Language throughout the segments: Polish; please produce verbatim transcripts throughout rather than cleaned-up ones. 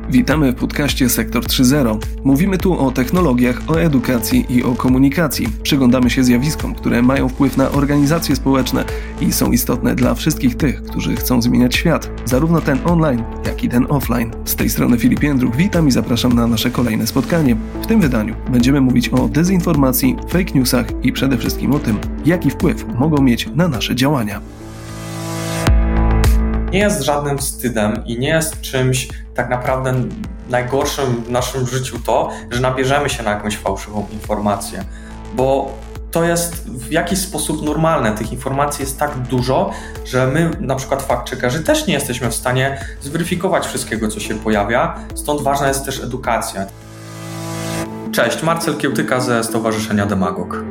Witamy w podcaście Sektor trzy zero. Mówimy tu o technologiach, o edukacji i o komunikacji. Przyglądamy się zjawiskom, które mają wpływ na organizacje społeczne i są istotne dla wszystkich tych, którzy chcą zmieniać świat, zarówno ten online, jak i ten offline. Z tej strony Filip Jędruk, witam i zapraszam na nasze kolejne spotkanie. W tym wydaniu będziemy mówić o dezinformacji, fake newsach i przede wszystkim o tym, jaki wpływ mogą mieć na nasze działania. Nie jest żadnym wstydem i nie jest czymś tak naprawdę najgorszym w naszym życiu to, że nabierzemy się na jakąś fałszywą informację, bo to jest w jakiś sposób normalne. Tych informacji jest tak dużo, że my, na przykład fact-checkerzy, też nie jesteśmy w stanie zweryfikować wszystkiego, co się pojawia, stąd ważna jest też edukacja. Cześć, Marcel Kiełtyka ze Stowarzyszenia Demagog.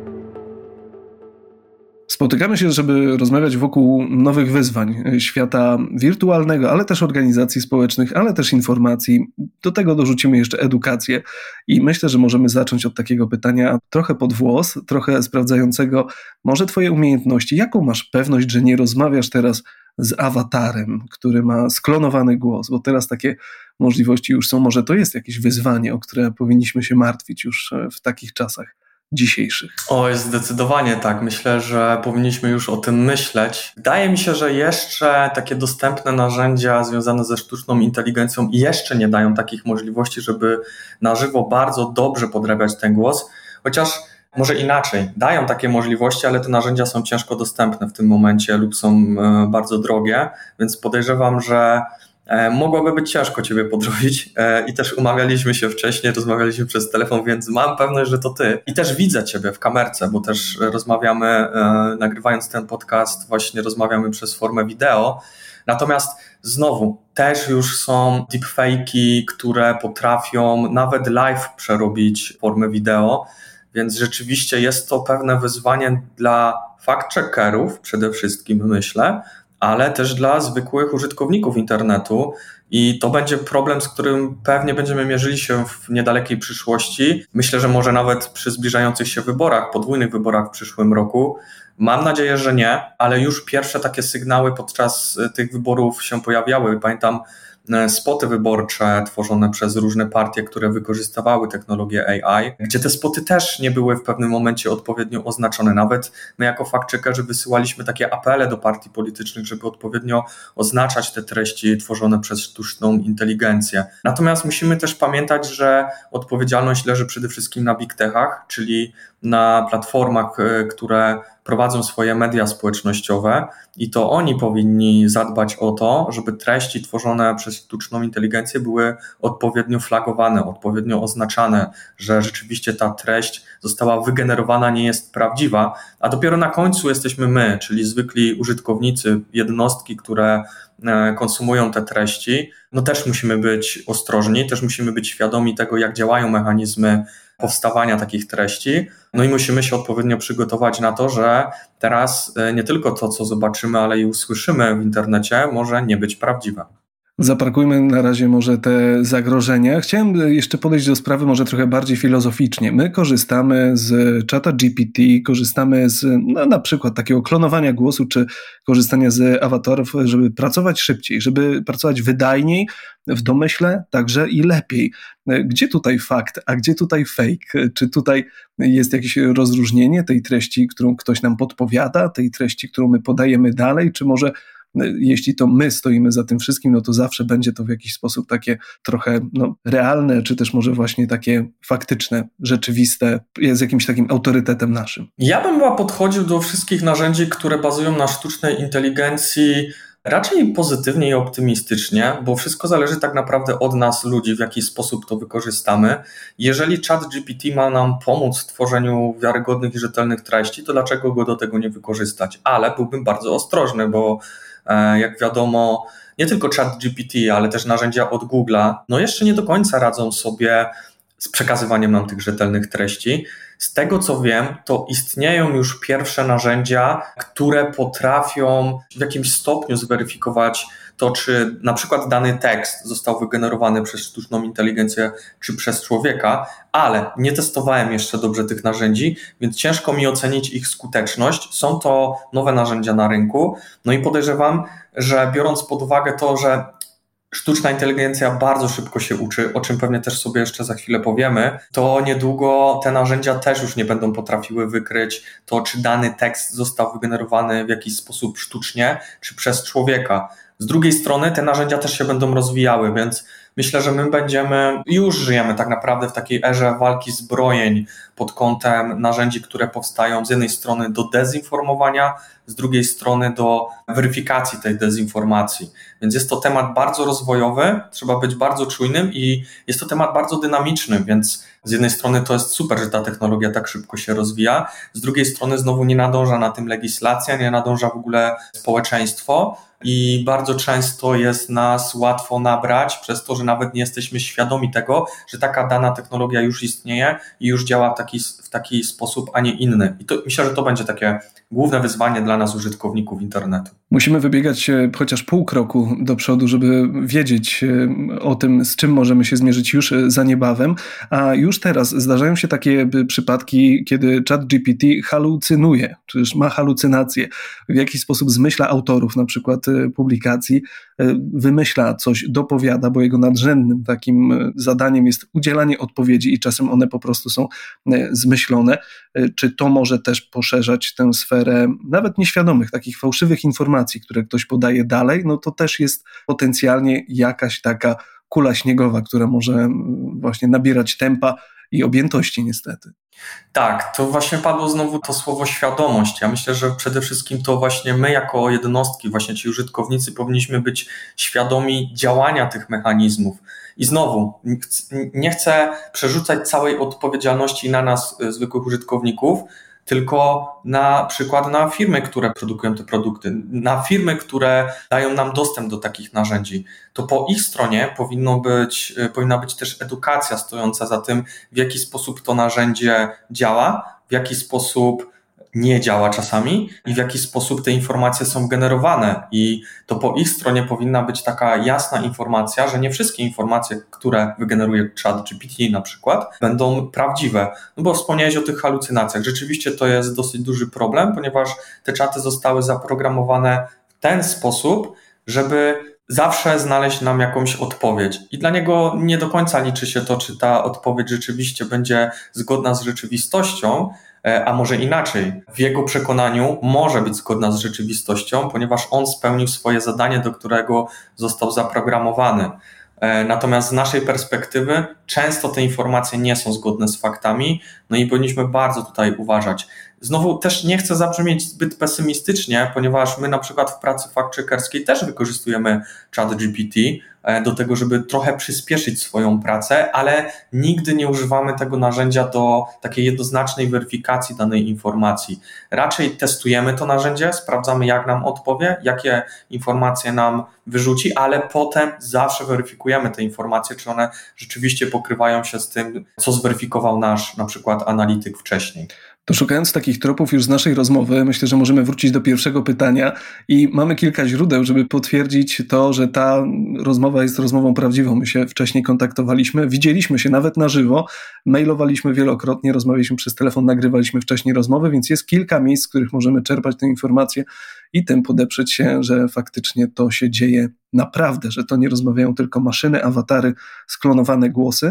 Spotykamy się, żeby rozmawiać wokół nowych wyzwań świata wirtualnego, ale też organizacji społecznych, ale też informacji. Do tego dorzucimy jeszcze edukację i myślę, że możemy zacząć od takiego pytania trochę pod włos, trochę sprawdzającego może twoje umiejętności. Jaką masz pewność, że nie rozmawiasz teraz z awatarem, który ma sklonowany głos, bo teraz takie możliwości już są. Może to jest jakieś wyzwanie, o które powinniśmy się martwić już w takich czasach dzisiejszych? Oj, zdecydowanie tak. Myślę, że powinniśmy już o tym myśleć. Wydaje mi się, że jeszcze takie dostępne narzędzia związane ze sztuczną inteligencją jeszcze nie dają takich możliwości, żeby na żywo bardzo dobrze podrabiać ten głos, chociaż może inaczej, dają takie możliwości, ale te narzędzia są ciężko dostępne w tym momencie lub są bardzo drogie, więc podejrzewam, że mogłoby być ciężko Ciebie podrobić i też umawialiśmy się wcześniej, rozmawialiśmy przez telefon, więc mam pewność, że to Ty. I też widzę Ciebie w kamerce, bo też rozmawiamy, nagrywając ten podcast, właśnie rozmawiamy przez formę wideo. Natomiast znowu, też już są deepfake'i, które potrafią nawet live przerobić formę wideo, więc rzeczywiście jest to pewne wyzwanie dla fact-checkerów przede wszystkim, myślę, ale też dla zwykłych użytkowników internetu i to będzie problem, z którym pewnie będziemy mierzyli się w niedalekiej przyszłości. Myślę, że może nawet przy zbliżających się wyborach, podwójnych wyborach w przyszłym roku. Mam nadzieję, że nie, ale już pierwsze takie sygnały podczas tych wyborów się pojawiały. Pamiętam spoty wyborcze tworzone przez różne partie, które wykorzystywały technologię A I, gdzie te spoty też nie były w pewnym momencie odpowiednio oznaczone. Nawet my jako fact-checkerzy wysyłaliśmy takie apele do partii politycznych, żeby odpowiednio oznaczać te treści tworzone przez sztuczną inteligencję. Natomiast musimy też pamiętać, że odpowiedzialność leży przede wszystkim na big techach, czyli na platformach, które prowadzą swoje media społecznościowe i to oni powinni zadbać o to, żeby treści tworzone przez sztuczną inteligencję były odpowiednio flagowane, odpowiednio oznaczane, że rzeczywiście ta treść została wygenerowana, nie jest prawdziwa, a dopiero na końcu jesteśmy my, czyli zwykli użytkownicy, jednostki, które konsumują te treści. No też musimy być ostrożni, też musimy być świadomi tego, jak działają mechanizmy powstawania takich treści. No i musimy się odpowiednio przygotować na to, że teraz nie tylko to, co zobaczymy, ale i usłyszymy w internecie, może nie być prawdziwe. Zaparkujmy na razie może te zagrożenia. Chciałem jeszcze podejść do sprawy może trochę bardziej filozoficznie. My korzystamy z czata G P T, korzystamy z no, na przykład takiego klonowania głosu, czy korzystania z awatarów, żeby pracować szybciej, żeby pracować wydajniej, w domyśle także i lepiej. Gdzie tutaj fakt, a gdzie tutaj fake? Czy tutaj jest jakieś rozróżnienie tej treści, którą ktoś nam podpowiada, tej treści, którą my podajemy dalej, czy może jeśli to my stoimy za tym wszystkim, no to zawsze będzie to w jakiś sposób takie trochę no, realne, czy też może właśnie takie faktyczne, rzeczywiste, z jakimś takim autorytetem naszym. Ja bym chyba podchodził do wszystkich narzędzi, które bazują na sztucznej inteligencji raczej pozytywnie i optymistycznie, bo wszystko zależy tak naprawdę od nas, ludzi, w jaki sposób to wykorzystamy. Jeżeli chat G P T ma nam pomóc w tworzeniu wiarygodnych i rzetelnych treści, to dlaczego go do tego nie wykorzystać? Ale byłbym bardzo ostrożny, bo jak wiadomo, nie tylko chat G P T, ale też narzędzia od Google'a, no jeszcze nie do końca radzą sobie z przekazywaniem nam tych rzetelnych treści. Z tego co wiem, to istnieją już pierwsze narzędzia, które potrafią w jakimś stopniu zweryfikować to, czy na przykład dany tekst został wygenerowany przez sztuczną inteligencję, czy przez człowieka, ale nie testowałem jeszcze dobrze tych narzędzi, więc ciężko mi ocenić ich skuteczność. Są to nowe narzędzia na rynku, no i podejrzewam, że biorąc pod uwagę to, że sztuczna inteligencja bardzo szybko się uczy, o czym pewnie też sobie jeszcze za chwilę powiemy, to niedługo te narzędzia też już nie będą potrafiły wykryć to, czy dany tekst został wygenerowany w jakiś sposób sztucznie, czy przez człowieka. Z drugiej strony te narzędzia też się będą rozwijały, więc myślę, że my będziemy, już żyjemy tak naprawdę w takiej erze walki zbrojeń pod kątem narzędzi, które powstają z jednej strony do dezinformowania, z drugiej strony do weryfikacji tej dezinformacji. Więc jest to temat bardzo rozwojowy, trzeba być bardzo czujnym i jest to temat bardzo dynamiczny, więc z jednej strony to jest super, że ta technologia tak szybko się rozwija, z drugiej strony znowu nie nadąża na tym legislacja, nie nadąża w ogóle społeczeństwo i bardzo często jest nas łatwo nabrać przez to, że nawet nie jesteśmy świadomi tego, że taka dana technologia już istnieje i już działa w taki, w taki sposób, a nie inny. I to, myślę, że to będzie takie główne wyzwanie dla nas, użytkowników internetu. Musimy wybiegać chociaż pół kroku do przodu, żeby wiedzieć o tym, z czym możemy się zmierzyć już za niebawem, a już teraz zdarzają się takie przypadki, kiedy ChatGPT halucynuje, czy też ma halucynacje, w jakiś sposób zmyśla autorów na przykład publikacji, wymyśla coś, dopowiada, bo jego nadrzędnym takim zadaniem jest udzielanie odpowiedzi i czasem one po prostu są zmyślone. Czy to może też poszerzać tę sferę nawet nieświadomych, takich fałszywych informacji, które ktoś podaje dalej, no to też jest potencjalnie jakaś taka kula śniegowa, która może właśnie nabierać tempa i objętości niestety. Tak, to właśnie padło znowu to słowo świadomość. Ja myślę, że przede wszystkim to właśnie my jako jednostki, właśnie ci użytkownicy powinniśmy być świadomi działania tych mechanizmów. I znowu, nie chcę przerzucać całej odpowiedzialności na nas, zwykłych użytkowników, tylko na przykład na firmy, które produkują te produkty, na firmy, które dają nam dostęp do takich narzędzi. To po ich stronie powinno być, powinna być też edukacja stojąca za tym, w jaki sposób to narzędzie działa, w jaki sposób nie działa czasami i w jaki sposób te informacje są generowane. I to po ich stronie powinna być taka jasna informacja, że nie wszystkie informacje, które wygeneruje ChatGPT na przykład, będą prawdziwe. No bo wspomniałeś o tych halucynacjach. Rzeczywiście to jest dosyć duży problem, ponieważ te czaty zostały zaprogramowane w ten sposób, żeby zawsze znaleźć nam jakąś odpowiedź. I dla niego nie do końca liczy się to, czy ta odpowiedź rzeczywiście będzie zgodna z rzeczywistością, a może inaczej. W jego przekonaniu może być zgodna z rzeczywistością, ponieważ on spełnił swoje zadanie, do którego został zaprogramowany. Natomiast z naszej perspektywy często te informacje nie są zgodne z faktami, no i powinniśmy bardzo tutaj uważać. Znowu też nie chcę zabrzmieć zbyt pesymistycznie, ponieważ my na przykład w pracy fact-checkerskiej też wykorzystujemy ChatGPT do tego, żeby trochę przyspieszyć swoją pracę, ale nigdy nie używamy tego narzędzia do takiej jednoznacznej weryfikacji danej informacji. Raczej testujemy to narzędzie, sprawdzamy, jak nam odpowie, jakie informacje nam wyrzuci, ale potem zawsze weryfikujemy te informacje, czy one rzeczywiście pokrywają się z tym, co zweryfikował nasz na przykład analityk wcześniej. To szukając takich tropów już z naszej rozmowy, myślę, że możemy wrócić do pierwszego pytania i mamy kilka źródeł, żeby potwierdzić to, że ta rozmowa jest rozmową prawdziwą. My się wcześniej kontaktowaliśmy, widzieliśmy się nawet na żywo, mailowaliśmy wielokrotnie, rozmawialiśmy przez telefon, nagrywaliśmy wcześniej rozmowy, więc jest kilka miejsc, z których możemy czerpać tę informację i tym podeprzeć się, że faktycznie to się dzieje naprawdę, że to nie rozmawiają tylko maszyny, awatary, sklonowane głosy.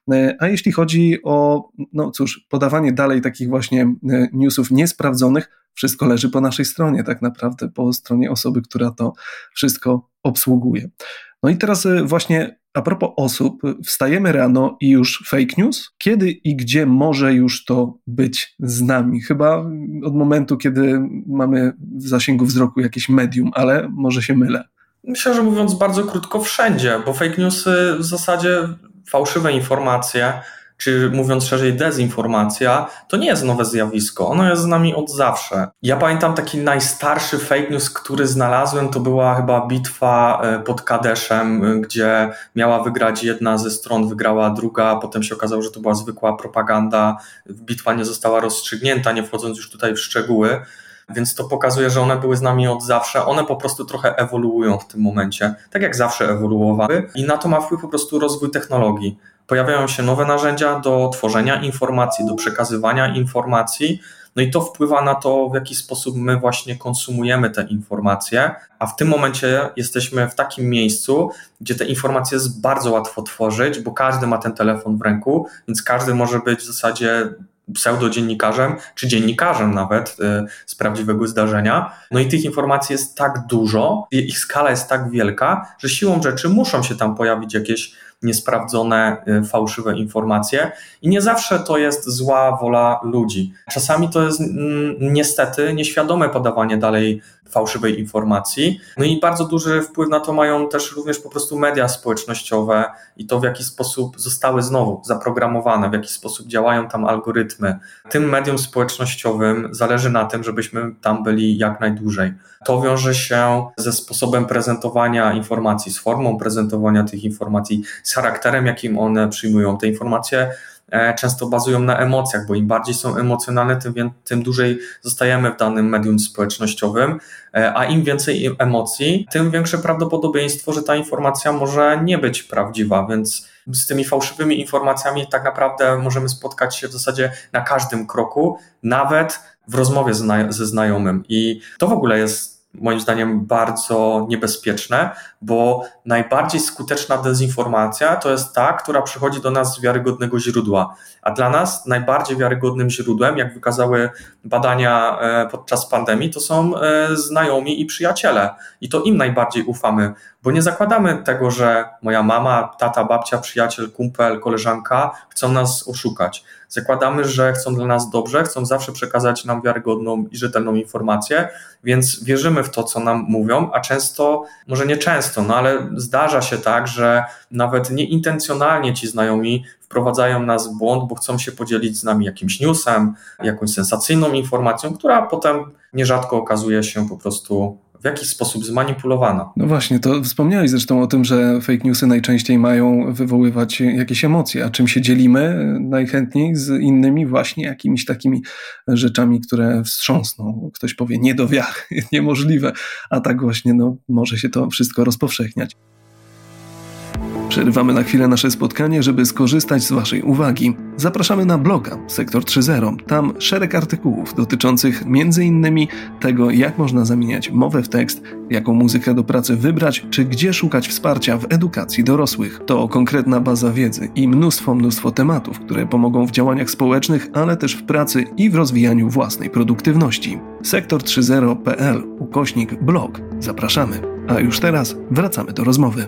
A jeśli chodzi o, no cóż, podawanie dalej takich właśnie newsów niesprawdzonych, wszystko leży po naszej stronie tak naprawdę, po stronie osoby, która to wszystko obsługuje. No i teraz właśnie a propos osób, wstajemy rano i już fake news? Kiedy i gdzie może już to być z nami? Chyba od momentu, kiedy mamy w zasięgu wzroku jakieś medium, ale może się mylę. Myślę, że mówiąc bardzo krótko, wszędzie, bo fake newsy w zasadzie fałszywe informacje, czy mówiąc szerzej dezinformacja, to nie jest nowe zjawisko, ono jest z nami od zawsze. Ja pamiętam taki najstarszy fake news, który znalazłem, to była chyba bitwa pod Kadeszem, gdzie miała wygrać jedna ze stron, wygrała druga, potem się okazało, że to była zwykła propaganda, bitwa nie została rozstrzygnięta, nie wchodząc już tutaj w szczegóły. Więc to pokazuje, że one były z nami od zawsze. One po prostu trochę ewoluują w tym momencie, tak jak zawsze ewoluowały. I na to ma wpływ po prostu rozwój technologii. Pojawiają się nowe narzędzia do tworzenia informacji, do przekazywania informacji, no i to wpływa na to, w jaki sposób my właśnie konsumujemy te informacje, a w tym momencie jesteśmy w takim miejscu, gdzie te informacje jest bardzo łatwo tworzyć, bo każdy ma ten telefon w ręku, więc każdy może być w zasadzie pseudodziennikarzem, czy dziennikarzem nawet y, z prawdziwego zdarzenia. No i tych informacji jest tak dużo, ich skala jest tak wielka, że siłą rzeczy muszą się tam pojawić jakieś niesprawdzone, y, fałszywe informacje i nie zawsze to jest zła wola ludzi. Czasami to jest mm, niestety nieświadome podawanie dalej fałszywej informacji. No i bardzo duży wpływ na to mają też również po prostu media społecznościowe i to, w jaki sposób zostały znowu zaprogramowane, w jaki sposób działają tam algorytmy. Tym mediom społecznościowym zależy na tym, żebyśmy tam byli jak najdłużej. To wiąże się ze sposobem prezentowania informacji, z formą prezentowania tych informacji, z charakterem, jakim one przyjmują. Te informacje często bazują na emocjach, bo im bardziej są emocjonalne, tym, tym dłużej zostajemy w danym medium społecznościowym, a im więcej emocji, tym większe prawdopodobieństwo, że ta informacja może nie być prawdziwa, więc z tymi fałszywymi informacjami tak naprawdę możemy spotkać się w zasadzie na każdym kroku, nawet w rozmowie ze znajomym i to w ogóle jest moim zdaniem bardzo niebezpieczne, bo najbardziej skuteczna dezinformacja to jest ta, która przychodzi do nas z wiarygodnego źródła, a dla nas najbardziej wiarygodnym źródłem, jak wykazały badania podczas pandemii, to są znajomi i przyjaciele i to im najbardziej ufamy, bo nie zakładamy tego, że moja mama, tata, babcia, przyjaciel, kumpel, koleżanka chcą nas oszukać. Zakładamy, że chcą dla nas dobrze, chcą zawsze przekazać nam wiarygodną i rzetelną informację, więc wierzymy w to, co nam mówią, a często, może nie często, no ale zdarza się tak, że nawet nieintencjonalnie ci znajomi wprowadzają nas w błąd, bo chcą się podzielić z nami jakimś newsem, jakąś sensacyjną informacją, która potem nierzadko okazuje się po prostu w jakiś sposób zmanipulowana. No właśnie, to wspomniałeś zresztą o tym, że fake newsy najczęściej mają wywoływać jakieś emocje, a czym się dzielimy najchętniej z innymi? Właśnie jakimiś takimi rzeczami, które wstrząsną. Ktoś powie nie do wiary, niemożliwe, a tak właśnie no, może się to wszystko rozpowszechniać. Przerywamy na chwilę nasze spotkanie, żeby skorzystać z Waszej uwagi. Zapraszamy na bloga Sektor trzy zero. Tam szereg artykułów dotyczących między innymi tego, jak można zamieniać mowę w tekst, jaką muzykę do pracy wybrać, czy gdzie szukać wsparcia w edukacji dorosłych. To konkretna baza wiedzy i mnóstwo, mnóstwo tematów, które pomogą w działaniach społecznych, ale też w pracy i w rozwijaniu własnej produktywności. sektor trzy zero kropka p l ukośnik blog. Zapraszamy. A już teraz wracamy do rozmowy.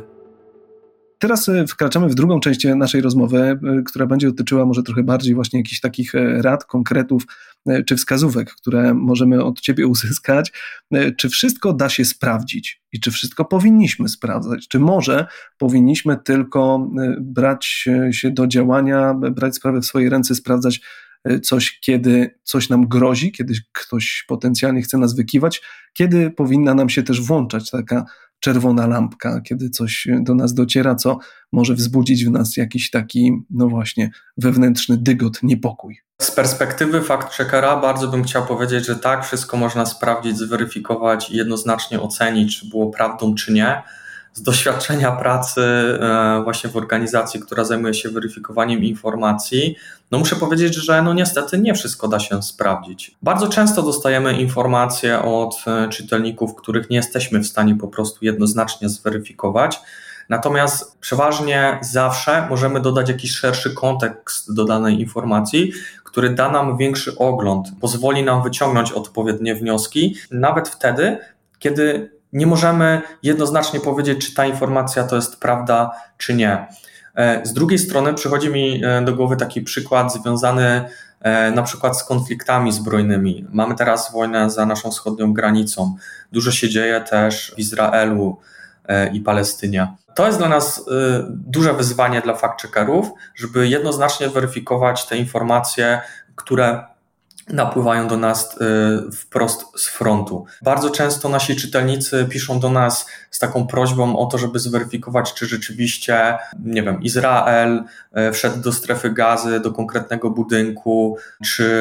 Teraz wkraczamy w drugą część naszej rozmowy, która będzie dotyczyła może trochę bardziej właśnie jakichś takich rad, konkretów czy wskazówek, które możemy od Ciebie uzyskać. Czy wszystko da się sprawdzić i czy wszystko powinniśmy sprawdzać? Czy może powinniśmy tylko brać się do działania, brać sprawę w swoje ręce, sprawdzać coś, kiedy coś nam grozi, kiedy ktoś potencjalnie chce nas wykiwać, kiedy powinna nam się też włączać taka czerwona lampka, kiedy coś do nas dociera, co może wzbudzić w nas jakiś taki, no właśnie, wewnętrzny dygot, niepokój. Z perspektywy fact-checkera bardzo bym chciał powiedzieć, że tak, wszystko można sprawdzić, zweryfikować i jednoznacznie ocenić, czy było prawdą, czy nie. Z doświadczenia pracy właśnie w organizacji, która zajmuje się weryfikowaniem informacji, no muszę powiedzieć, że no niestety nie wszystko da się sprawdzić. Bardzo często dostajemy informacje od czytelników, których nie jesteśmy w stanie po prostu jednoznacznie zweryfikować. Natomiast przeważnie zawsze możemy dodać jakiś szerszy kontekst do danej informacji, który da nam większy ogląd, pozwoli nam wyciągnąć odpowiednie wnioski, nawet wtedy, kiedy nie możemy jednoznacznie powiedzieć, czy ta informacja to jest prawda, czy nie. Z drugiej strony przychodzi mi do głowy taki przykład związany na przykład z konfliktami zbrojnymi. Mamy teraz wojnę za naszą wschodnią granicą. Dużo się dzieje też w Izraelu i Palestynie. To jest dla nas duże wyzwanie dla fact-checkerów, żeby jednoznacznie weryfikować te informacje, które napływają do nas wprost z frontu. Bardzo często nasi czytelnicy piszą do nas z taką prośbą o to, żeby zweryfikować, czy rzeczywiście, nie wiem, Izrael wszedł do strefy Gazy, do konkretnego budynku, czy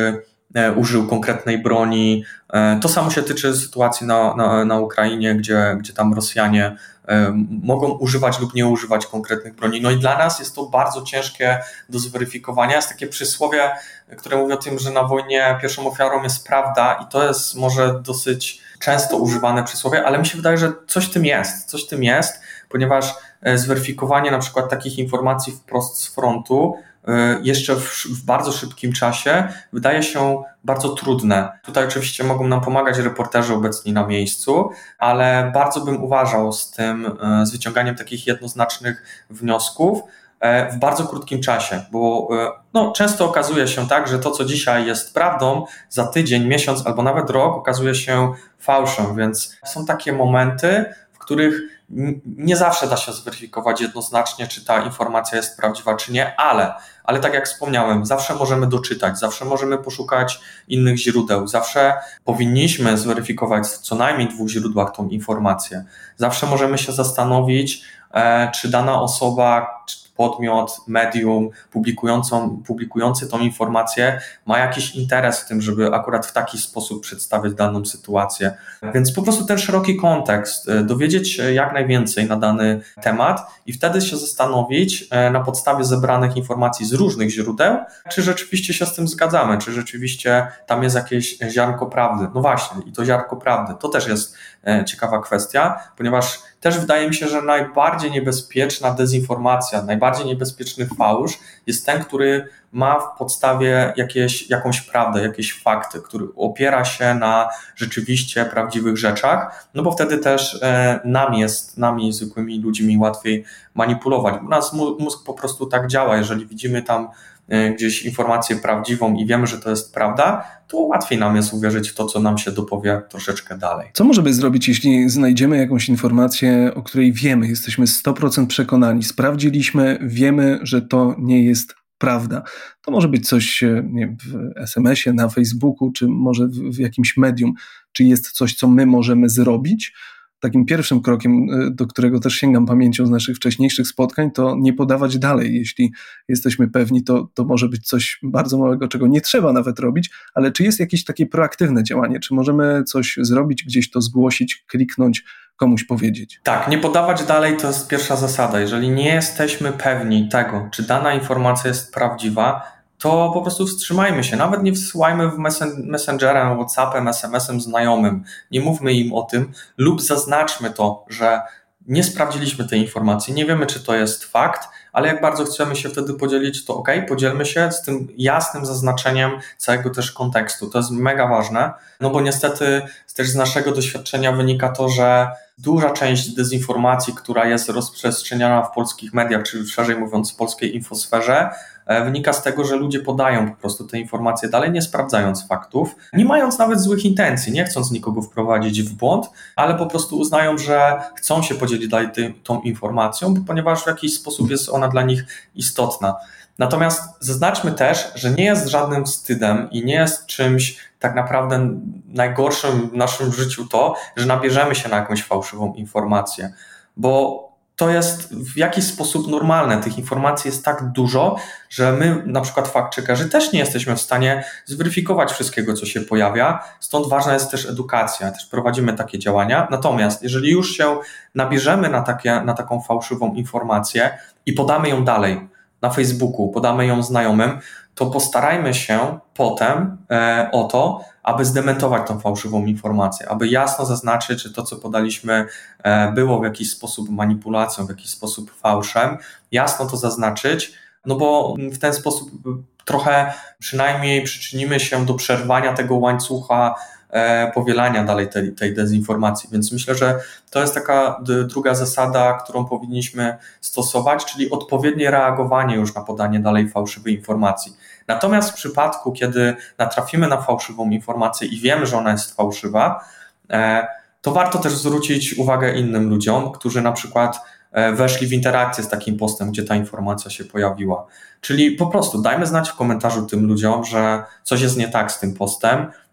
użył konkretnej broni. To samo się tyczy sytuacji na, na, na Ukrainie, gdzie, gdzie tam Rosjanie mogą używać lub nie używać konkretnych broni. No i dla nas jest to bardzo ciężkie do zweryfikowania. Jest takie przysłowie, które mówi o tym, że na wojnie pierwszą ofiarą jest prawda i to jest może dosyć często używane przysłowie, ale mi się wydaje, że coś w tym jest, coś w tym jest, ponieważ zweryfikowanie na przykład takich informacji wprost z frontu jeszcze w, w bardzo szybkim czasie wydaje się bardzo trudne. Tutaj oczywiście mogą nam pomagać reporterzy obecni na miejscu, ale bardzo bym uważał z tym, z wyciąganiem takich jednoznacznych wniosków w bardzo krótkim czasie, bo no, często okazuje się tak, że to, co dzisiaj jest prawdą, za tydzień, miesiąc albo nawet rok okazuje się fałszem, więc są takie momenty, w których nie zawsze da się zweryfikować jednoznacznie, czy ta informacja jest prawdziwa, czy nie, ale, ale tak jak wspomniałem, zawsze możemy doczytać, zawsze możemy poszukać innych źródeł, zawsze powinniśmy zweryfikować w co najmniej dwóch źródłach tą informację. Zawsze możemy się zastanowić, e, czy dana osoba, czy podmiot, medium publikującą, publikujący tą informację ma jakiś interes w tym, żeby akurat w taki sposób przedstawiać daną sytuację. Więc po prostu ten szeroki kontekst, dowiedzieć się jak najwięcej na dany temat i wtedy się zastanowić na podstawie zebranych informacji z różnych źródeł, czy rzeczywiście się z tym zgadzamy, czy rzeczywiście tam jest jakieś ziarnko prawdy. No właśnie, i to ziarnko prawdy, to też jest ciekawa kwestia, ponieważ też wydaje mi się, że najbardziej niebezpieczna dezinformacja, najbardziej niebezpieczny fałsz jest ten, który ma w podstawie jakieś, jakąś prawdę, jakieś fakty, który opiera się na rzeczywiście prawdziwych rzeczach, no bo wtedy też e, nam jest, nami zwykłymi ludźmi łatwiej manipulować. U nas mózg po prostu tak działa, jeżeli widzimy tam e, gdzieś informację prawdziwą i wiemy, że to jest prawda, to łatwiej nam jest uwierzyć w to, co nam się dopowie troszeczkę dalej. Co możemy zrobić, jeśli znajdziemy jakąś informację, o której wiemy, jesteśmy sto procent przekonani, sprawdziliśmy, wiemy, że to nie jest prawda? To może być coś, nie wiem, w es em esie, na Facebooku, czy może w, w jakimś medium. Czy jest coś, co my możemy zrobić? Takim pierwszym krokiem, do którego też sięgam pamięcią z naszych wcześniejszych spotkań, to nie podawać dalej. Jeśli jesteśmy pewni, to, to może być coś bardzo małego, czego nie trzeba nawet robić, ale czy jest jakieś takie proaktywne działanie? Czy możemy coś zrobić, gdzieś to zgłosić, kliknąć, komuś powiedzieć? Tak, nie podawać dalej to jest pierwsza zasada. Jeżeli nie jesteśmy pewni tego, czy dana informacja jest prawdziwa, to po prostu wstrzymajmy się. Nawet nie wsyłajmy w Messengerem, WhatsAppem, es em esem znajomym. Nie mówmy im o tym lub zaznaczmy to, że nie sprawdziliśmy tej informacji, nie wiemy, czy to jest fakt, ale jak bardzo chcemy się wtedy podzielić, to ok, podzielmy się z tym jasnym zaznaczeniem całego też kontekstu. To jest mega ważne, no bo niestety też z naszego doświadczenia wynika to, że duża część dezinformacji, która jest rozprzestrzeniana w polskich mediach, czy szerzej mówiąc w polskiej infosferze, wynika z tego, że ludzie podają po prostu te informacje dalej, nie sprawdzając faktów, nie mając nawet złych intencji, nie chcąc nikogo wprowadzić w błąd, ale po prostu uznają, że chcą się podzielić dalej ty, tą informacją, ponieważ w jakiś sposób jest ona dla nich istotna. Natomiast zaznaczmy też, że nie jest żadnym wstydem i nie jest czymś tak naprawdę najgorszym w naszym życiu to, że nabierzemy się na jakąś fałszywą informację, bo to jest w jakiś sposób normalne. Tych informacji jest tak dużo, że my, na przykład fact-checkerzy, też nie jesteśmy w stanie zweryfikować wszystkiego, co się pojawia. Stąd ważna jest też edukacja. Też prowadzimy takie działania. Natomiast jeżeli już się nabierzemy na, takie, na taką fałszywą informację i podamy ją dalej na Facebooku, podamy ją znajomym, to postarajmy się potem e, o to, aby zdementować tą fałszywą informację, aby jasno zaznaczyć, że to, co podaliśmy, e, było w jakiś sposób manipulacją, w jakiś sposób fałszem. Jasno to zaznaczyć, no bo w ten sposób trochę przynajmniej przyczynimy się do przerwania tego łańcucha e, powielania dalej tej, tej dezinformacji. Więc myślę, że to jest taka d- druga zasada, którą powinniśmy stosować, czyli odpowiednie reagowanie już na podanie dalej fałszywej informacji. Natomiast w przypadku, kiedy natrafimy na fałszywą informację i wiemy, że ona jest fałszywa, e, to warto też zwrócić uwagę innym ludziom, którzy na przykład weszli w interakcję z takim postem, gdzie ta informacja się pojawiła. Czyli po prostu dajmy znać w komentarzu tym ludziom, że coś jest nie tak z tym postem,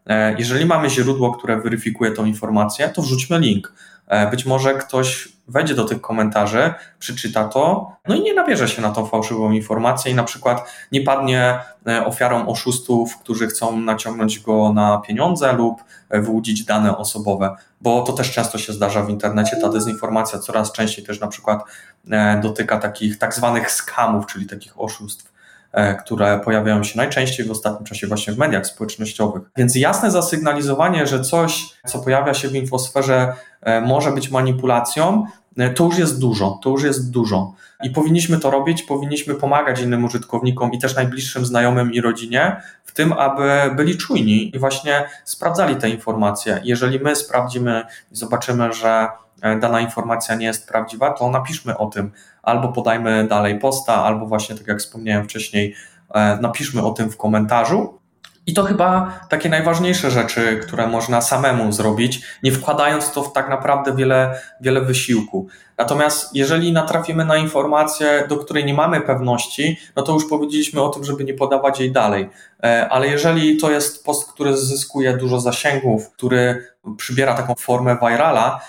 Jeżeli mamy źródło, które weryfikuje tą informację, to wrzućmy link. Być może ktoś wejdzie do tych komentarzy, przeczyta to, no i nie nabierze się na tą fałszywą informację i na przykład nie padnie ofiarą oszustów, którzy chcą naciągnąć go na pieniądze lub wyłudzić dane osobowe, bo to też często się zdarza w internecie, ta dezinformacja coraz częściej też na przykład dotyka takich tak zwanych skamów, czyli takich oszustw, które pojawiają się najczęściej w ostatnim czasie właśnie w mediach społecznościowych. Więc jasne zasygnalizowanie, że coś, co pojawia się w infosferze, może być manipulacją, to już jest dużo, to już jest dużo. I powinniśmy to robić, powinniśmy pomagać innym użytkownikom i też najbliższym znajomym i rodzinie w tym, aby byli czujni i właśnie sprawdzali te informacje. Jeżeli my sprawdzimy i zobaczymy, że dana informacja nie jest prawdziwa, to napiszmy o tym, albo podajmy dalej posta, albo właśnie, tak jak wspomniałem wcześniej, napiszmy o tym w komentarzu. I to chyba takie najważniejsze rzeczy, które można samemu zrobić, nie wkładając to w tak naprawdę wiele, wiele wysiłku. Natomiast jeżeli natrafimy na informację, do której nie mamy pewności, no to już powiedzieliśmy o tym, żeby nie podawać jej dalej. Ale jeżeli to jest post, który zyskuje dużo zasięgów, który przybiera taką formę virala,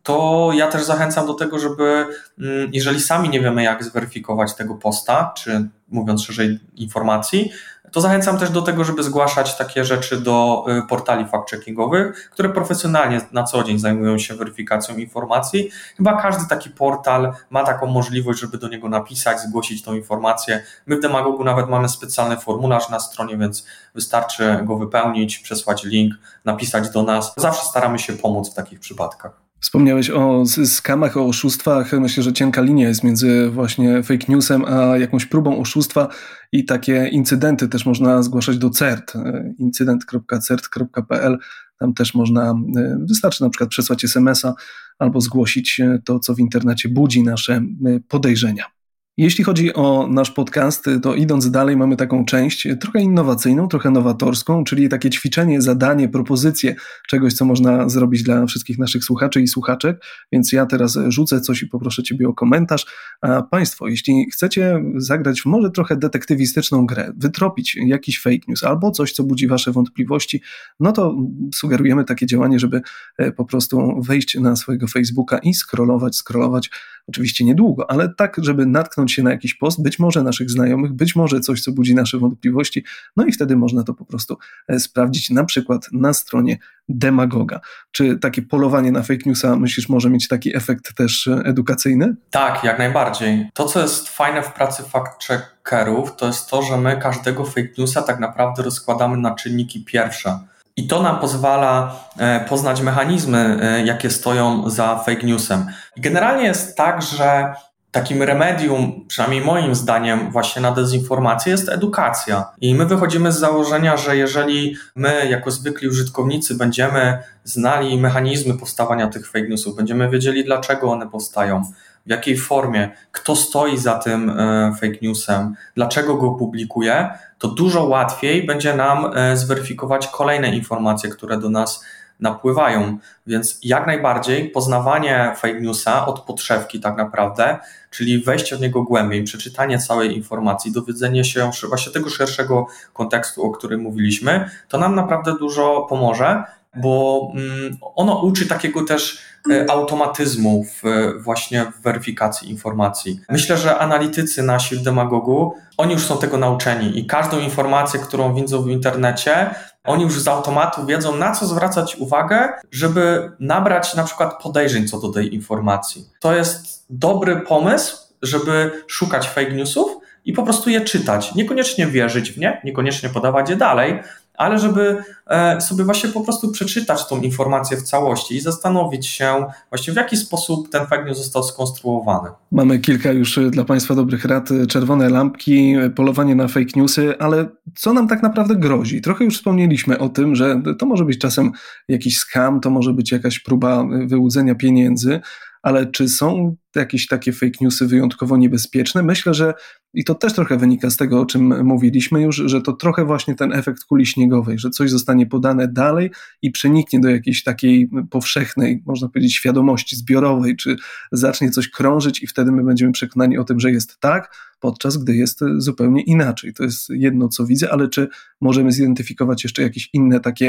to ja też zachęcam do tego, żeby jeżeli sami nie wiemy, jak zweryfikować tego posta, czy mówiąc szerzej informacji, to zachęcam też do tego, żeby zgłaszać takie rzeczy do portali fact-checkingowych, które profesjonalnie na co dzień zajmują się weryfikacją informacji. Chyba każdy taki portal ma taką możliwość, żeby do niego napisać, zgłosić tą informację. My w Demagogu nawet mamy specjalny formularz na stronie, więc wystarczy go wypełnić, przesłać link, napisać do nas. Zawsze staramy się pomóc w takich przypadkach. Wspomniałeś o skamach, o oszustwach. Myślę, że cienka linia jest między właśnie fake newsem a jakąś próbą oszustwa i takie incydenty też można zgłaszać do C E R T, incydent kropka c e r t kropka p l. Tam też można, wystarczy na przykład przesłać es em es a albo zgłosić to, co w internecie budzi nasze podejrzenia. Jeśli chodzi o nasz podcast, to idąc dalej mamy taką część trochę innowacyjną, trochę nowatorską, czyli takie ćwiczenie, zadanie, propozycję czegoś, co można zrobić dla wszystkich naszych słuchaczy i słuchaczek, więc ja teraz rzucę coś i poproszę Ciebie o komentarz, a Państwo, jeśli chcecie zagrać w może trochę detektywistyczną grę, wytropić jakiś fake news albo coś, co budzi Wasze wątpliwości, no to sugerujemy takie działanie, żeby po prostu wejść na swojego Facebooka i scrollować, scrollować, oczywiście niedługo, ale tak, żeby natknąć się na jakiś post, być może naszych znajomych, być może coś, co budzi nasze wątpliwości, no i wtedy można to po prostu sprawdzić na przykład na stronie Demagoga. Czy takie polowanie na fake newsa, myślisz, może mieć taki efekt też edukacyjny? Tak, jak najbardziej. To, co jest fajne w pracy fact-checkerów, to jest to, że my każdego fake newsa tak naprawdę rozkładamy na czynniki pierwsze. I to nam pozwala poznać mechanizmy, jakie stoją za fake newsem. I generalnie jest tak, że takim remedium, przynajmniej moim zdaniem, właśnie na dezinformację jest edukacja. I my wychodzimy z założenia, że jeżeli my jako zwykli użytkownicy będziemy znali mechanizmy powstawania tych fake newsów, będziemy wiedzieli, dlaczego one powstają, w jakiej formie, kto stoi za tym fake newsem, dlaczego go publikuje, to dużo łatwiej będzie nam zweryfikować kolejne informacje, które do nas napływają. Więc jak najbardziej poznawanie fake newsa od podszewki tak naprawdę, czyli wejście w niego głębiej, przeczytanie całej informacji, dowiedzenie się właśnie tego szerszego kontekstu, o którym mówiliśmy, to nam naprawdę dużo pomoże, bo ono uczy takiego też automatyzmu w właśnie w weryfikacji informacji. Myślę, że analitycy nasi w Demagogu, oni już są tego nauczeni i każdą informację, którą widzą w internecie, oni już z automatu wiedzą, na co zwracać uwagę, żeby nabrać na przykład podejrzeń co do tej informacji. To jest dobry pomysł, żeby szukać fake newsów i po prostu je czytać. Niekoniecznie wierzyć w nie, niekoniecznie podawać je dalej, ale żeby sobie właśnie po prostu przeczytać tą informację w całości i zastanowić się właśnie w jaki sposób ten fake news został skonstruowany. Mamy kilka już dla Państwa dobrych rad, czerwone lampki, polowanie na fake newsy, ale co nam tak naprawdę grozi? Trochę już wspomnieliśmy o tym, że to może być czasem jakiś scam, to może być jakaś próba wyłudzenia pieniędzy, ale czy są jakieś takie fake newsy wyjątkowo niebezpieczne? Myślę, że i to też trochę wynika z tego, o czym mówiliśmy już, że to trochę właśnie ten efekt kuli śniegowej, że coś zostanie podane dalej i przeniknie do jakiejś takiej powszechnej, można powiedzieć, świadomości zbiorowej, czy zacznie coś krążyć i wtedy my będziemy przekonani o tym, że jest tak, podczas gdy jest zupełnie inaczej. To jest jedno, co widzę, ale czy możemy zidentyfikować jeszcze jakieś inne takie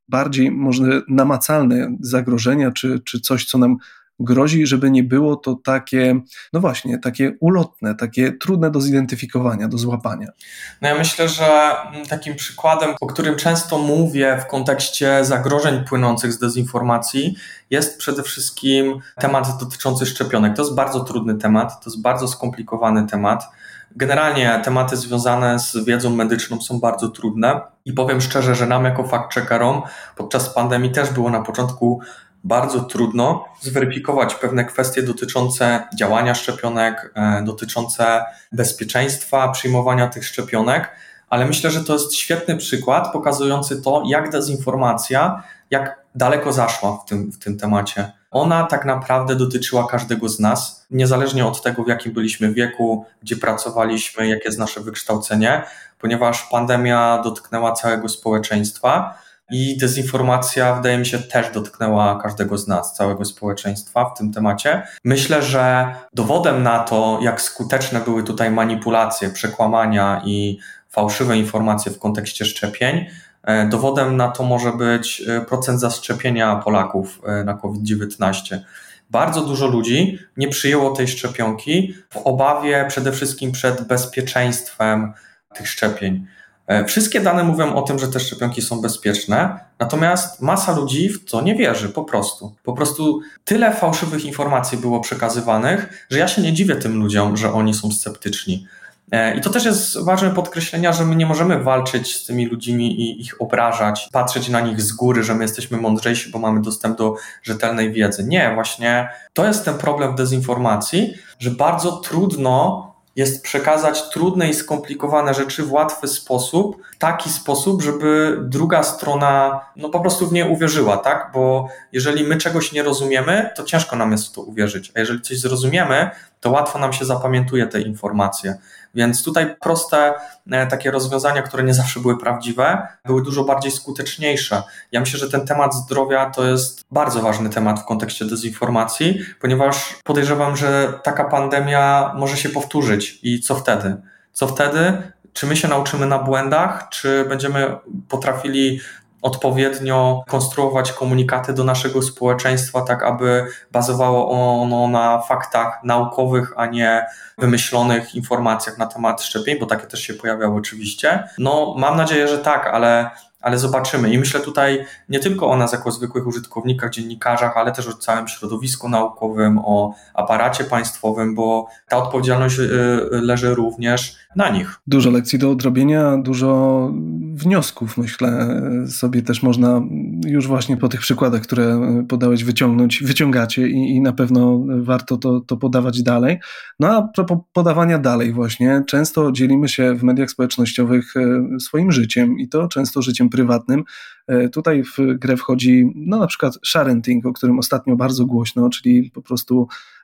bardziej może namacalne zagrożenia, czy, czy coś, co nam grozi, żeby nie było to takie, no właśnie, takie ulotne, takie trudne do zidentyfikowania, do złapania. No ja myślę, że takim przykładem, o którym często mówię w kontekście zagrożeń płynących z dezinformacji, jest przede wszystkim temat dotyczący szczepionek. To jest bardzo trudny temat, to jest bardzo skomplikowany temat. Generalnie tematy związane z wiedzą medyczną są bardzo trudne i powiem szczerze, że nam jako fact-checkerom podczas pandemii też było na początku bardzo trudno zweryfikować pewne kwestie dotyczące działania szczepionek, dotyczące bezpieczeństwa przyjmowania tych szczepionek, ale myślę, że to jest świetny przykład pokazujący to, jak dezinformacja, jak daleko zaszła w tym, w tym temacie. Ona tak naprawdę dotyczyła każdego z nas, niezależnie od tego, w jakim byliśmy wieku, gdzie pracowaliśmy, jakie jest nasze wykształcenie, ponieważ pandemia dotknęła całego społeczeństwa. I dezinformacja, wydaje mi się, też dotknęła każdego z nas, całego społeczeństwa w tym temacie. Myślę, że dowodem na to, jak skuteczne były tutaj manipulacje, przekłamania i fałszywe informacje w kontekście szczepień, dowodem na to może być procent zaszczepienia Polaków na kowid dziewiętnaście. Bardzo dużo ludzi nie przyjęło tej szczepionki w obawie przede wszystkim przed bezpieczeństwem tych szczepień. Wszystkie dane mówią o tym, że te szczepionki są bezpieczne, natomiast masa ludzi w to nie wierzy, po prostu. Po prostu tyle fałszywych informacji było przekazywanych, że ja się nie dziwię tym ludziom, że oni są sceptyczni. I to też jest ważne podkreślenia, że my nie możemy walczyć z tymi ludźmi i ich obrażać, patrzeć na nich z góry, że my jesteśmy mądrzejsi, bo mamy dostęp do rzetelnej wiedzy. Nie, właśnie to jest ten problem w dezinformacji, że bardzo trudno jest przekazać trudne i skomplikowane rzeczy w łatwy sposób, w taki sposób, żeby druga strona no po prostu w nie uwierzyła, tak? Bo jeżeli my czegoś nie rozumiemy, to ciężko nam jest w to uwierzyć, a jeżeli coś zrozumiemy, to łatwo nam się zapamiętuje te informacje. Więc tutaj proste takie rozwiązania, które nie zawsze były prawdziwe, były dużo bardziej skuteczniejsze. Ja myślę, że ten temat zdrowia to jest bardzo ważny temat w kontekście dezinformacji, ponieważ podejrzewam, że taka pandemia może się powtórzyć i co wtedy? Co wtedy? Czy my się nauczymy na błędach, czy będziemy potrafili odpowiednio konstruować komunikaty do naszego społeczeństwa, tak aby bazowało ono na faktach naukowych, a nie wymyślonych informacjach na temat szczepień, bo takie też się pojawiały oczywiście. No mam nadzieję, że tak, ale, ale zobaczymy. I myślę tutaj nie tylko o nas jako zwykłych użytkownikach, dziennikarzach, ale też o całym środowisku naukowym, o aparacie państwowym, bo ta odpowiedzialność leży również na nich. Dużo lekcji do odrobienia, dużo wniosków, myślę, sobie też można już właśnie po tych przykładach, które podałeś, wyciągnąć, wyciągacie i, i na pewno warto to, to podawać dalej. No a propos podawania dalej właśnie, często dzielimy się w mediach społecznościowych swoim życiem i to często życiem prywatnym. Tutaj w grę wchodzi no na przykład sharenting, o którym ostatnio bardzo głośno, czyli po prostu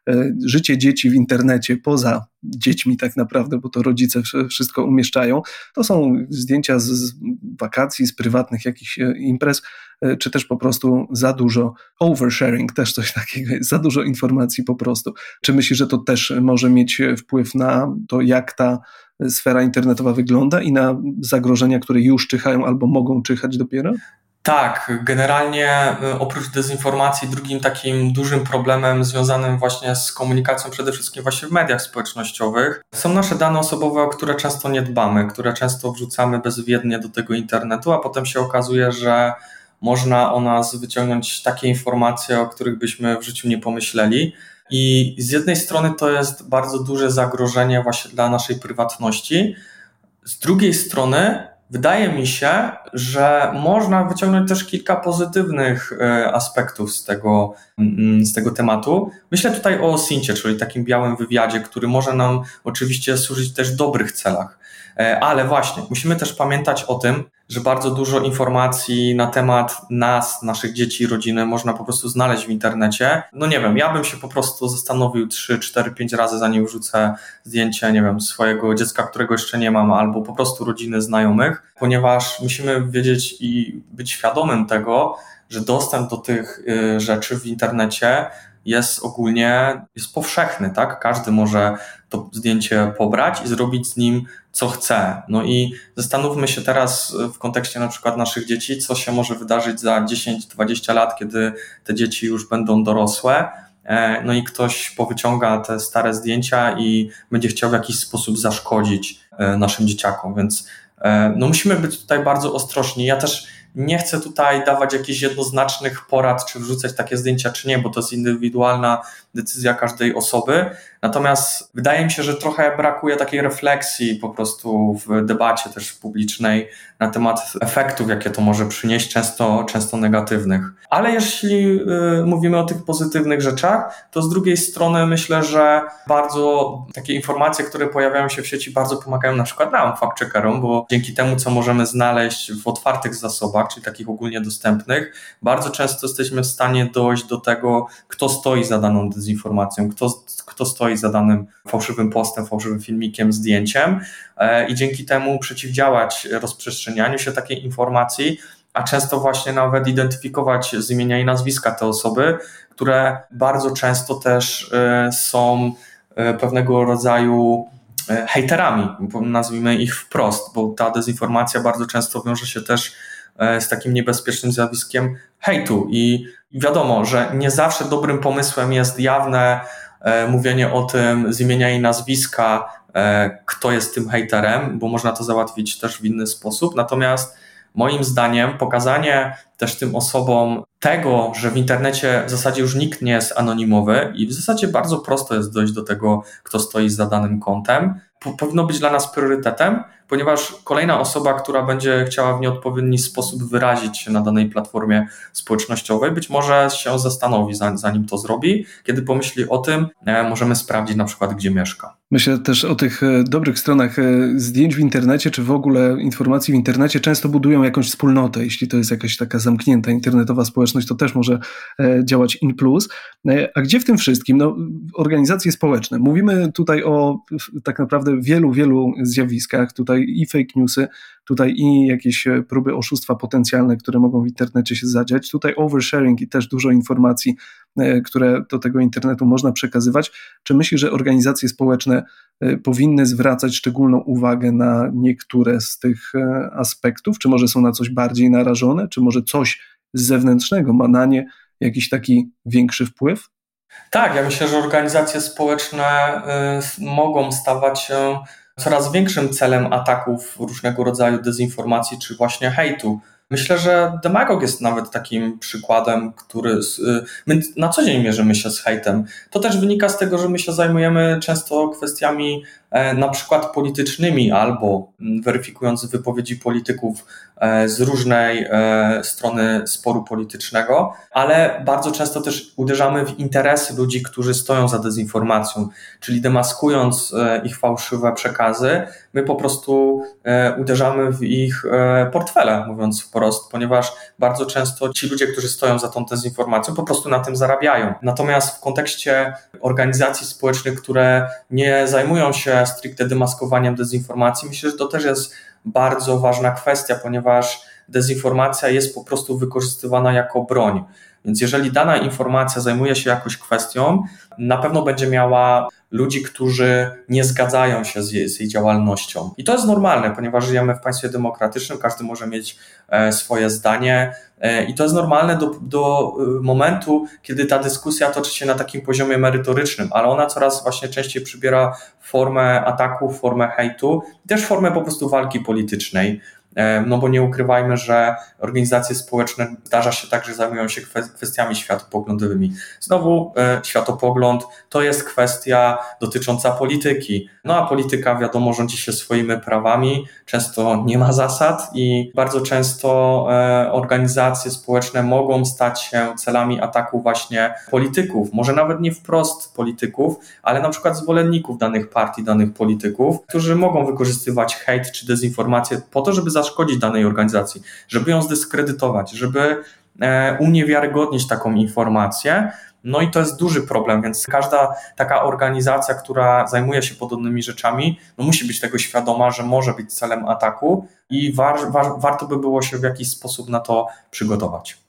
życie dzieci w internecie, poza dziećmi tak naprawdę, bo to rodzice wszystko umieszczają. To są zdjęcia z wakacji, z prywatnych jakichś imprez, czy też po prostu za dużo oversharing, też coś takiego jest, za dużo informacji po prostu. Czy myślisz, że to też może mieć wpływ na to, jak ta sfera internetowa wygląda i na zagrożenia, które już czyhają albo mogą czyhać dopiero? Tak, generalnie oprócz dezinformacji drugim takim dużym problemem związanym właśnie z komunikacją przede wszystkim właśnie w mediach społecznościowych są nasze dane osobowe, o które często nie dbamy, które często wrzucamy bezwiednie do tego internetu, a potem się okazuje, że można o nas wyciągnąć takie informacje, o których byśmy w życiu nie pomyśleli. I z jednej strony to jest bardzo duże zagrożenie właśnie dla naszej prywatności, z drugiej strony wydaje mi się, że można wyciągnąć też kilka pozytywnych aspektów z tego, z tego tematu. Myślę tutaj o Sincie, czyli takim białym wywiadzie, który może nam oczywiście służyć też w dobrych celach. Ale właśnie, musimy też pamiętać o tym, że bardzo dużo informacji na temat nas, naszych dzieci i rodziny można po prostu znaleźć w internecie. No nie wiem, ja bym się po prostu zastanowił trzy, cztery, pięć razy, zanim wrzucę zdjęcie, nie wiem, swojego dziecka, którego jeszcze nie mam, albo po prostu rodziny znajomych, ponieważ musimy wiedzieć i być świadomym tego, że dostęp do tych rzeczy w internecie jest ogólnie jest powszechny, tak? Każdy może to zdjęcie pobrać i zrobić z nim co chce. No i zastanówmy się teraz w kontekście na przykład naszych dzieci, co się może wydarzyć za dziesięć dwadzieścia lat, kiedy te dzieci już będą dorosłe. No i ktoś powyciąga te stare zdjęcia i będzie chciał w jakiś sposób zaszkodzić naszym dzieciakom, więc no musimy być tutaj bardzo ostrożni. Ja też nie chcę tutaj dawać jakichś jednoznacznych porad, czy wrzucać takie zdjęcia, czy nie, bo to jest indywidualna decyzja każdej osoby. Natomiast wydaje mi się, że trochę brakuje takiej refleksji po prostu w debacie też publicznej na temat efektów, jakie to może przynieść, często, często negatywnych. Ale jeśli y, mówimy o tych pozytywnych rzeczach, to z drugiej strony myślę, że bardzo takie informacje, które pojawiają się w sieci, bardzo pomagają na przykład nam, fact-checkerom, bo dzięki temu, co możemy znaleźć w otwartych zasobach, czyli takich ogólnie dostępnych, bardzo często jesteśmy w stanie dojść do tego, kto stoi za daną dezinformacją, kto, kto stoi za danym fałszywym postem, fałszywym filmikiem, zdjęciem i dzięki temu przeciwdziałać rozprzestrzenianiu się takiej informacji, a często właśnie nawet identyfikować z imienia i nazwiska te osoby, które bardzo często też są pewnego rodzaju hejterami, nazwijmy ich wprost, bo ta dezinformacja bardzo często wiąże się też z takim niebezpiecznym zjawiskiem hejtu i wiadomo, że nie zawsze dobrym pomysłem jest jawne mówienie o tym z imienia i nazwiska, kto jest tym hejterem, bo można to załatwić też w inny sposób, natomiast moim zdaniem pokazanie też tym osobom tego, że w internecie w zasadzie już nikt nie jest anonimowy i w zasadzie bardzo prosto jest dojść do tego, kto stoi za danym kontem, powinno być dla nas priorytetem, ponieważ kolejna osoba, która będzie chciała w nieodpowiedni sposób wyrazić się na danej platformie społecznościowej, być może się zastanowi, zanim to zrobi. Kiedy pomyśli o tym, możemy sprawdzić na przykład, gdzie mieszka. Myślę też o tych dobrych stronach zdjęć w internecie, czy w ogóle informacji w internecie często budują jakąś wspólnotę. Jeśli to jest jakaś taka zamknięta internetowa społeczność, to też może działać in plus. A gdzie w tym wszystkim? No, organizacje społeczne. Mówimy tutaj o tak naprawdę wielu, wielu zjawiskach. Tutaj i fake newsy, tutaj i jakieś próby oszustwa potencjalne, które mogą w internecie się zadziać. Tutaj oversharing i też dużo informacji, które do tego internetu można przekazywać. Czy myślisz, że organizacje społeczne powinny zwracać szczególną uwagę na niektóre z tych aspektów? Czy może są na coś bardziej narażone? Czy może coś z zewnętrznego ma na nie jakiś taki większy wpływ? Tak, ja myślę, że organizacje społeczne y, mogą stawać się coraz większym celem ataków różnego rodzaju dezinformacji czy właśnie hejtu. Myślę, że Demagog jest nawet takim przykładem, który my na co dzień mierzymy się z hejtem. To też wynika z tego, że my się zajmujemy często kwestiami na przykład politycznymi albo weryfikując wypowiedzi polityków z różnej strony sporu politycznego, ale bardzo często też uderzamy w interesy ludzi, którzy stoją za dezinformacją, czyli demaskując ich fałszywe przekazy, my po prostu uderzamy w ich portfele, mówiąc wprost, ponieważ bardzo często ci ludzie, którzy stoją za tą dezinformacją, po prostu na tym zarabiają. Natomiast w kontekście organizacji społecznych, które nie zajmują się stricte demaskowaniem dezinformacji, myślę, że to też jest bardzo ważna kwestia, ponieważ dezinformacja jest po prostu wykorzystywana jako broń. Więc jeżeli dana informacja zajmuje się jakąś kwestią, na pewno będzie miała ludzi, którzy nie zgadzają się z jej, z jej działalnością. I to jest normalne, ponieważ żyjemy w państwie demokratycznym, każdy może mieć e, swoje zdanie e, i to jest normalne do, do momentu, kiedy ta dyskusja toczy się na takim poziomie merytorycznym, ale ona coraz właśnie częściej przybiera formę ataku, formę hejtu i też formę po prostu walki politycznej. No bo nie ukrywajmy, że organizacje społeczne zdarza się tak, że zajmują się kwestiami światopoglądowymi. Znowu e, światopogląd to jest kwestia dotycząca polityki. No a polityka wiadomo rządzi się swoimi prawami, często nie ma zasad i bardzo często e, organizacje społeczne mogą stać się celami ataku właśnie polityków. Może nawet nie wprost polityków, ale na przykład zwolenników danych partii, danych polityków, którzy mogą wykorzystywać hejt czy dezinformację po to, żeby zaszkodzić danej organizacji, żeby ją zdyskredytować, żeby e, uniewiarygodnić taką informację. No i to jest duży problem, więc każda taka organizacja, która zajmuje się podobnymi rzeczami, no musi być tego świadoma, że może być celem ataku i war, war, warto by było się w jakiś sposób na to przygotować.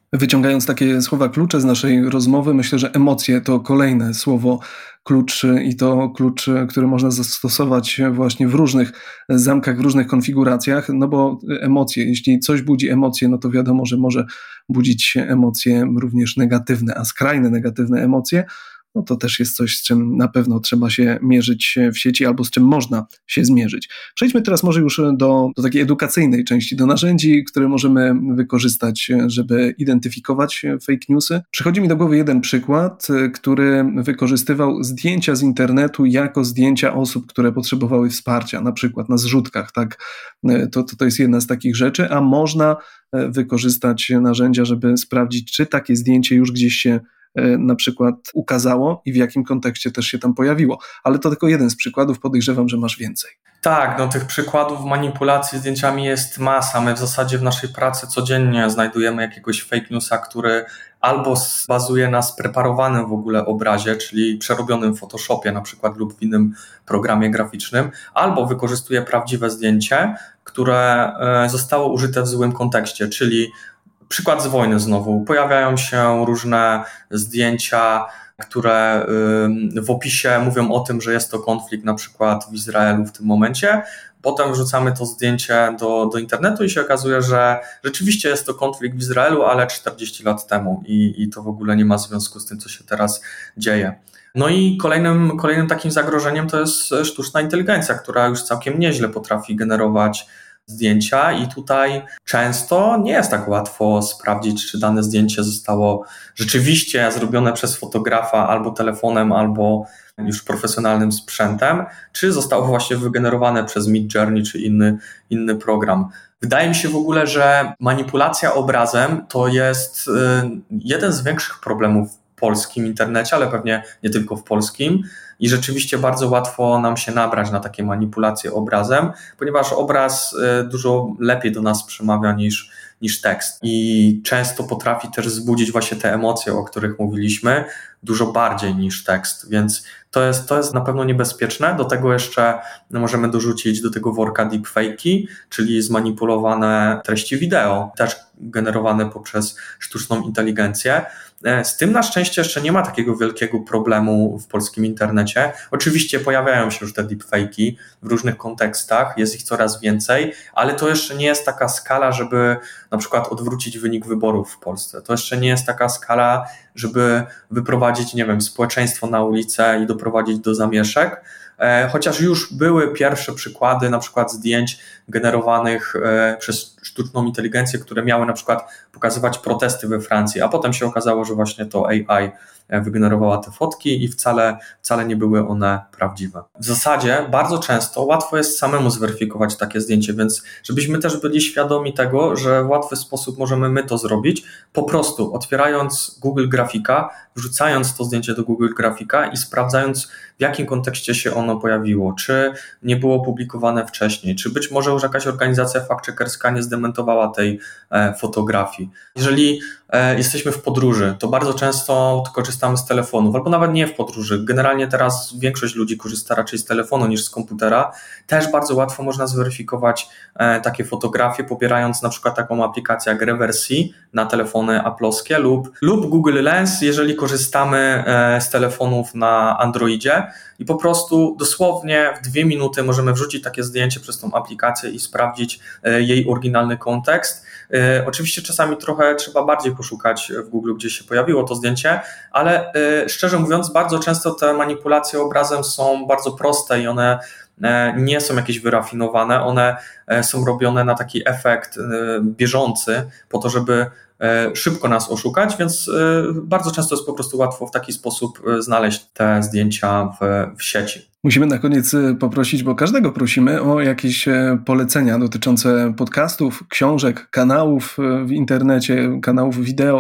Wyciągając takie słowa klucze z naszej rozmowy, myślę, że emocje to kolejne słowo klucz i to klucz, który można zastosować właśnie w różnych zamkach, w różnych konfiguracjach, no bo emocje, jeśli coś budzi emocje, no to wiadomo, że może budzić emocje również negatywne, a skrajne negatywne emocje, no to też jest coś, z czym na pewno trzeba się mierzyć w sieci albo z czym można się zmierzyć. Przejdźmy teraz może już do, do takiej edukacyjnej części, do narzędzi, które możemy wykorzystać, żeby identyfikować fake newsy. Przychodzi mi do głowy jeden przykład, który wykorzystywał zdjęcia z internetu jako zdjęcia osób, które potrzebowały wsparcia, na przykład na zrzutkach, tak? To, to, to jest jedna z takich rzeczy, a można wykorzystać narzędzia, żeby sprawdzić, czy takie zdjęcie już gdzieś się na przykład ukazało i w jakim kontekście też się tam pojawiło. Ale to tylko jeden z przykładów, podejrzewam, że masz więcej. Tak, no tych przykładów manipulacji zdjęciami jest masa. My w zasadzie w naszej pracy codziennie znajdujemy jakiegoś fake newsa, który albo bazuje na spreparowanym w ogóle obrazie, czyli przerobionym w Photoshopie na przykład lub w innym programie graficznym, albo wykorzystuje prawdziwe zdjęcie, które zostało użyte w złym kontekście, czyli przykład z wojny znowu. Pojawiają się różne zdjęcia, które w opisie mówią o tym, że jest to konflikt na przykład w Izraelu w tym momencie. Potem wrzucamy to zdjęcie do, do internetu i się okazuje, że rzeczywiście jest to konflikt w Izraelu, ale czterdzieści lat temu i, i to w ogóle nie ma związku z tym, co się teraz dzieje. No i kolejnym, kolejnym takim zagrożeniem to jest sztuczna inteligencja, która już całkiem nieźle potrafi generować zdjęcia i tutaj często nie jest tak łatwo sprawdzić, czy dane zdjęcie zostało rzeczywiście zrobione przez fotografa albo telefonem, albo już profesjonalnym sprzętem, czy zostało właśnie wygenerowane przez Midjourney czy inny, inny program. Wydaje mi się w ogóle, że manipulacja obrazem to jest jeden z większych problemów w polskim internecie, ale pewnie nie tylko w polskim. I rzeczywiście bardzo łatwo nam się nabrać na takie manipulacje obrazem, ponieważ obraz dużo lepiej do nas przemawia niż, niż tekst i często potrafi też wzbudzić właśnie te emocje, o których mówiliśmy, dużo bardziej niż tekst, więc to jest, to jest na pewno niebezpieczne. Do tego jeszcze możemy dorzucić do tego worka deepfake'i, czyli zmanipulowane treści wideo, też generowane poprzez sztuczną inteligencję. Z tym na szczęście jeszcze nie ma takiego wielkiego problemu w polskim internecie. Oczywiście pojawiają się już te deepfake'i w różnych kontekstach, jest ich coraz więcej, ale to jeszcze nie jest taka skala, żeby na przykład odwrócić wynik wyborów w Polsce. To jeszcze nie jest taka skala, żeby wyprowadzić, nie wiem, społeczeństwo na ulicę i doprowadzić do zamieszek. Chociaż już były pierwsze przykłady na przykład zdjęć generowanych przez sztuczną inteligencję, które miały na przykład pokazywać protesty we Francji, a potem się okazało, że właśnie to A I wygenerowała te fotki i wcale, wcale nie były one prawdziwe. W zasadzie bardzo często łatwo jest samemu zweryfikować takie zdjęcie, więc żebyśmy też byli świadomi tego, że w łatwy sposób możemy my to zrobić, po prostu otwierając Google Grafika, wrzucając to zdjęcie do Google Grafika i sprawdzając, w jakim kontekście się ono pojawiło, czy nie było publikowane wcześniej, czy być może już jakaś organizacja fact-checkerska nie zdementowała tej e, fotografii. Jeżeli e, jesteśmy w podróży, to bardzo często korzystamy z telefonów, albo nawet nie w podróży. Generalnie teraz większość ludzi korzysta raczej z telefonu niż z komputera. Też bardzo łatwo można zweryfikować e, takie fotografie, pobierając na przykład taką aplikację jak Reverse na telefony Apple'owskie lub, lub Google Lens, jeżeli korzystamy e, z telefonów na Androidzie. I po prostu dosłownie w dwie minuty możemy wrzucić takie zdjęcie przez tą aplikację i sprawdzić jej oryginalny kontekst. Oczywiście czasami trochę trzeba bardziej poszukać w Google, gdzie się pojawiło to zdjęcie, ale szczerze mówiąc bardzo często te manipulacje obrazem są bardzo proste i one nie są jakieś wyrafinowane, one są robione na taki efekt bieżący po to, żeby szybko nas oszukać, więc bardzo często jest po prostu łatwo w taki sposób znaleźć te zdjęcia w, w sieci. Musimy na koniec poprosić, bo każdego prosimy o jakieś polecenia dotyczące podcastów, książek, kanałów w internecie, kanałów wideo,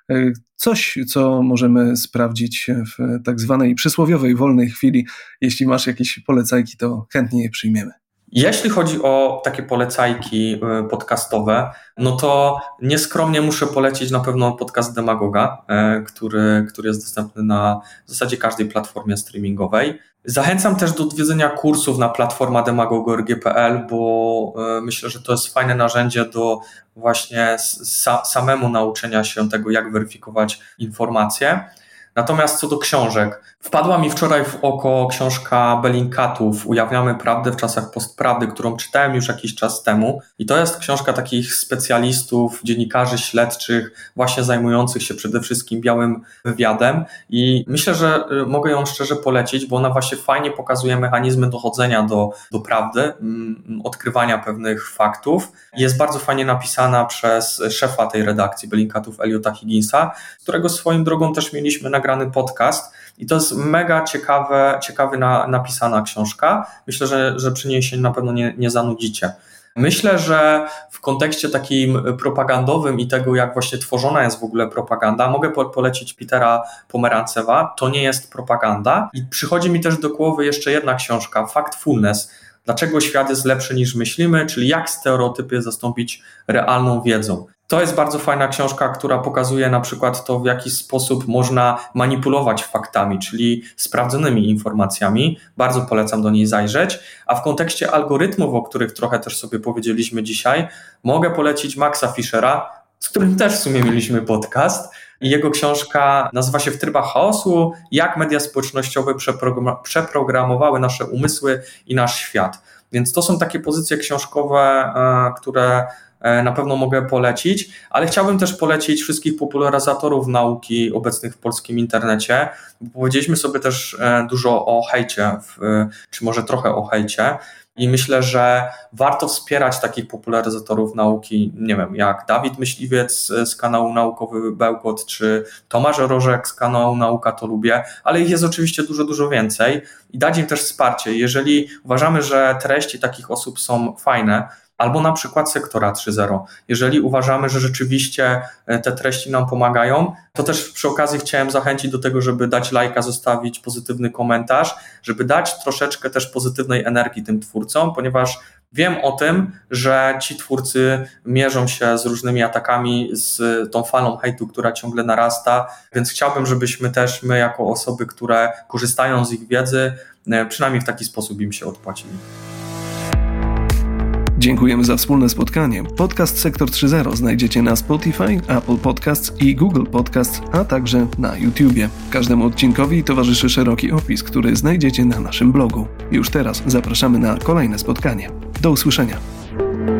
coś, co możemy sprawdzić w tak zwanej przysłowiowej wolnej chwili. Jeśli masz jakieś polecajki, to chętnie je przyjmiemy. Jeśli chodzi o takie polecajki podcastowe, no to nieskromnie muszę polecić na pewno podcast Demagoga, który, który jest dostępny na w zasadzie każdej platformie streamingowej. Zachęcam też do odwiedzenia kursów na platforma demagogo kropka org kropka p l, bo myślę, że to jest fajne narzędzie do właśnie sa- samemu nauczenia się tego, jak weryfikować informacje. Natomiast co do książek, wpadła mi wczoraj w oko książka Bellingcatów Ujawniamy prawdę w czasach postprawdy, którą czytałem już jakiś czas temu i to jest książka takich specjalistów, dziennikarzy śledczych, właśnie zajmujących się przede wszystkim białym wywiadem i myślę, że mogę ją szczerze polecić, bo ona właśnie fajnie pokazuje mechanizmy dochodzenia do, do prawdy, odkrywania pewnych faktów. Jest bardzo fajnie napisana przez szefa tej redakcji Bellingcatów, Eliota Higginsa, z którego swoją drogą też mieliśmy nagrany podcast i to jest mega ciekawe, ciekawy na, napisana książka. Myślę, że, że przy niej się na pewno nie, nie zanudzicie. Myślę, że w kontekście takim propagandowym i tego, jak właśnie tworzona jest w ogóle propaganda, mogę po- polecić Petera Pomerancewa. To nie jest propaganda. I przychodzi mi też do głowy jeszcze jedna książka, Factfulness. Dlaczego świat jest lepszy niż myślimy, czyli jak stereotypy zastąpić realną wiedzą. To jest bardzo fajna książka, która pokazuje na przykład to, w jaki sposób można manipulować faktami, czyli sprawdzonymi informacjami. Bardzo polecam do niej zajrzeć. A w kontekście algorytmów, o których trochę też sobie powiedzieliśmy dzisiaj, mogę polecić Maxa Fischera, z którym też w sumie mieliśmy podcast. I jego książka nazywa się W trybach chaosu, jak media społecznościowe przeprogram- przeprogramowały nasze umysły i nasz świat. Więc to są takie pozycje książkowe, które na pewno mogę polecić, ale chciałbym też polecić wszystkich popularyzatorów nauki obecnych w polskim internecie. Powiedzieliśmy sobie też dużo o hejcie, czy może trochę o hejcie i myślę, że warto wspierać takich popularyzatorów nauki, nie wiem, jak Dawid Myśliwiec z kanału Naukowy Bełkot, czy Tomasz Rożek z kanału Nauka to Lubię, ale ich jest oczywiście dużo, dużo więcej i dać im też wsparcie. Jeżeli uważamy, że treści takich osób są fajne, albo na przykład Sektora trzy zero. Jeżeli uważamy, że rzeczywiście te treści nam pomagają, to też przy okazji chciałem zachęcić do tego, żeby dać lajka, zostawić pozytywny komentarz, żeby dać troszeczkę też pozytywnej energii tym twórcom, ponieważ wiem o tym, że ci twórcy mierzą się z różnymi atakami, z tą falą hejtu, która ciągle narasta, więc chciałbym, żebyśmy też my jako osoby, które korzystają z ich wiedzy, przynajmniej w taki sposób im się odpłacili. Dziękujemy za wspólne spotkanie. Podcast Sektor trzy zero znajdziecie na Spotify, Apple Podcasts i Google Podcasts, a także na YouTubie. Każdemu odcinkowi towarzyszy szeroki opis, który znajdziecie na naszym blogu. Już teraz zapraszamy na kolejne spotkanie. Do usłyszenia.